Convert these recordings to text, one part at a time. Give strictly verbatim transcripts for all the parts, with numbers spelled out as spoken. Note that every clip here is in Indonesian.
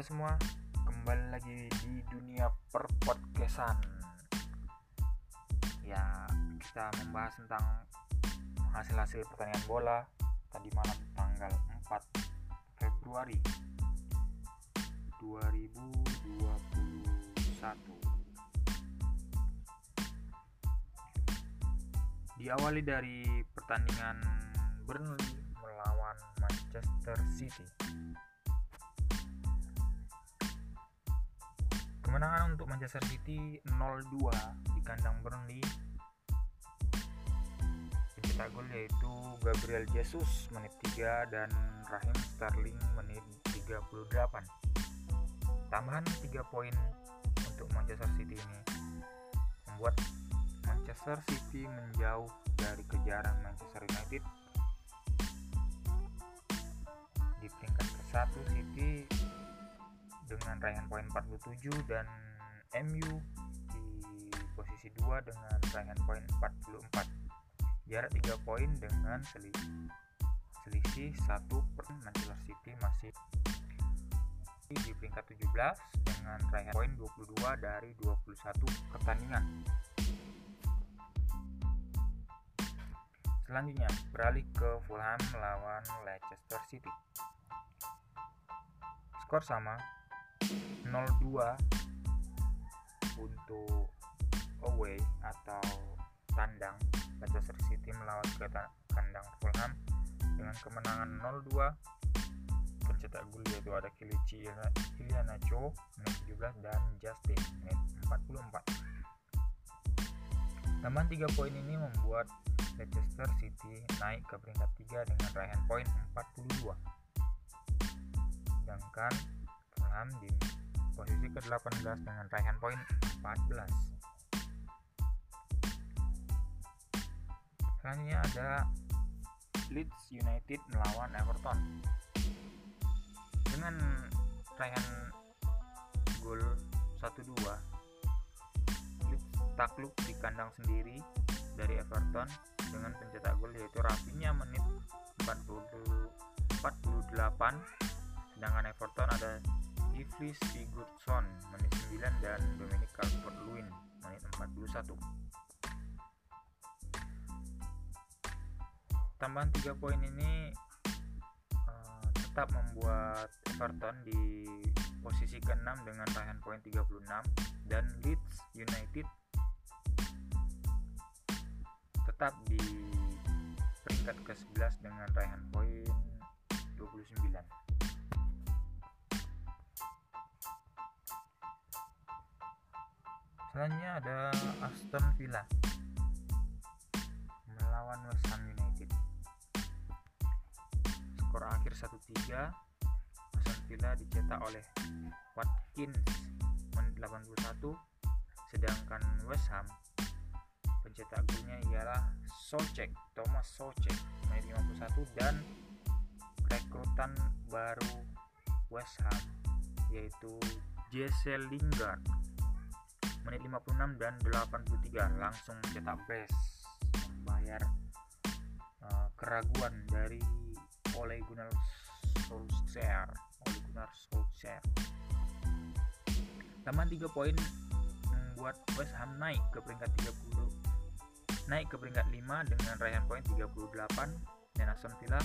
Halo semua, kembali lagi di dunia perpodcastan. Ya, kita membahas tentang hasil-hasil pertandingan bola tadi malam tanggal empat Februari dua ribu dua puluh satu. Diawali dari pertandingan Burnley melawan Manchester City. Kemenangan untuk Manchester City nol dua di kandang Burnley. Pencetak gol yaitu Gabriel Jesus menit tiga dan Raheem Sterling menit tiga puluh delapan. Tambahan tiga poin untuk Manchester City ini membuat Manchester City menjauh dari kejaran Manchester United. Di peringkat ke satu City dengan raihan poin empat puluh tujuh dan M U di posisi dua dengan raihan poin empat puluh empat. Jarak tiga poin dengan selisih selisih satu per Manchester City masih di peringkat tujuh belas dengan raihan poin dua puluh dua dari dua puluh satu pertandingan. Selanjutnya beralih ke Fulham melawan Leicester City. Skor sama nol dua untuk away atau tandang. Leicester City melawan ke kandang Fulham dengan kemenangan nol dua. Pencetak gol yaitu ada Kelechi Iheanacho menit tujuh belas dan Justin menit empat puluh empat. Tambahan tiga poin ini membuat Leicester City naik ke peringkat tiga dengan raihan poin empat puluh dua. Sedangkan Fulham di posisi ke delapan belas dengan raihan poin empat belas. Selanjutnya ada Leeds United melawan Everton. Dengan raihan gol satu dua, Leeds takluk di kandang sendiri dari Everton dengan pencetak gol yaitu Rafinha menit empat puluh delapan. Sedangkan Everton ada Yves Sigurdsson menit sembilan dan Dominic Calvert-Lewin menit empat puluh satu. Tambahan tiga poin ini uh, tetap membuat Everton di posisi keenam dengan raihan poin tiga puluh enam dan Leeds United tetap di peringkat ke sebelas dengan raihan poin dua puluh sembilan. Selanjutnya ada Aston Villa melawan West Ham United. Skor akhir satu tiga. Aston Villa dicetak oleh Watkins menit delapan puluh satu, sedangkan West Ham pencetak golnya ialah Soucek, Thomas Soucek menit lima puluh satu dan rekrutan baru West Ham yaitu Jesse Lingard menit lima puluh enam dan delapan puluh tiga langsung mencetak brace membayar uh, keraguan dari Ole Gunnar Solskjaer. Ole Gunnar Solskjaer. Tambahan tiga poin membuat West Ham naik ke peringkat tiga puluh naik ke peringkat lima dengan raihan poin tiga puluh delapan dan Aston Villa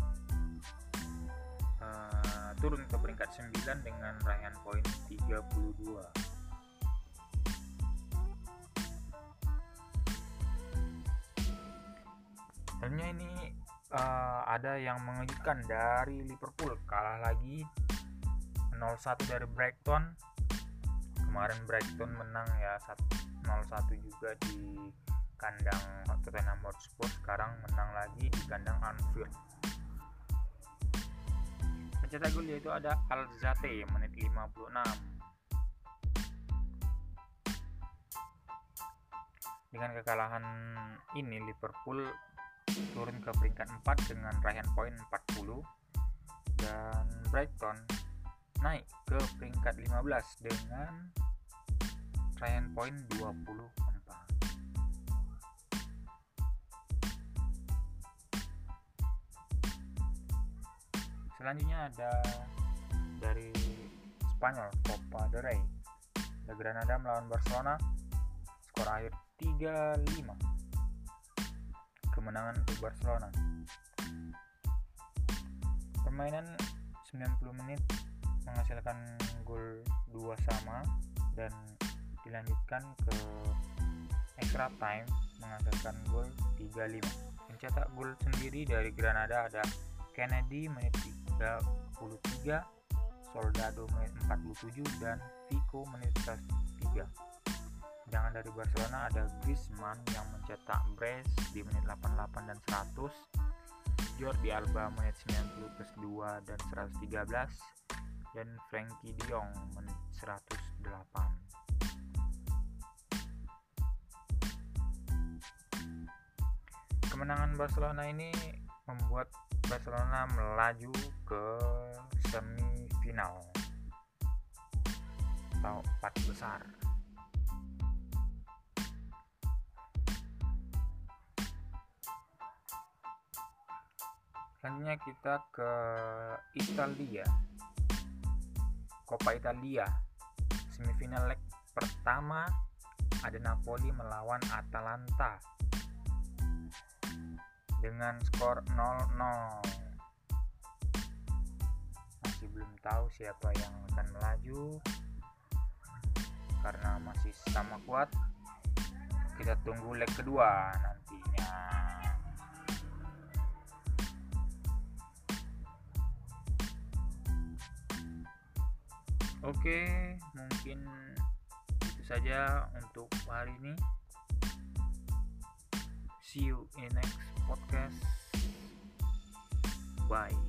uh, turun ke peringkat sembilan dengan raihan poin tiga puluh dua. Sebenarnya ini uh, ada yang mengejutkan dari Liverpool, kalah lagi nol satu dari Brighton. Kemarin Brighton menang ya nol satu juga di kandang Tottenham Hotspur, sekarang menang lagi di kandang Anfield. Pencetak gol yaitu ada Alzate menit lima puluh enam. Dengan kekalahan ini Liverpool turun ke peringkat empat dengan raihan poin empat puluh dan Brighton naik ke peringkat lima belas dengan raihan poin dua puluh empat. Selanjutnya ada dari Spanyol Copa del Rey. La Granada melawan Barcelona, skor akhir tiga lima, kemenangan untuk Barcelona. Permainan sembilan puluh menit menghasilkan gol dua sama dan dilanjutkan ke extra time menghasilkan gol tiga lima. Pencetak gol sendiri dari Granada ada Kennedy menit tiga puluh tiga, Soldado menit empat puluh tujuh, dan Vico menit seratus tiga. Sedangkan dari Barcelona ada Griezmann yang mencetak brace di menit delapan puluh delapan dan seratus, Jordi Alba menit sembilan puluh plus dua dan seratus tiga belas, dan Frenkie de Jong menit seratus delapan. Kemenangan Barcelona ini membuat Barcelona melaju ke semifinal atau empat besar. Selanjutnya kita ke Italia, Coppa Italia. Semifinal leg pertama ada Napoli melawan Atalanta dengan skor nol nol. Masih belum tahu siapa yang akan melaju karena masih sama kuat. Kita tunggu leg kedua nantinya. Oke, mungkin itu saja untuk hari ini. See you in the next podcast. Bye.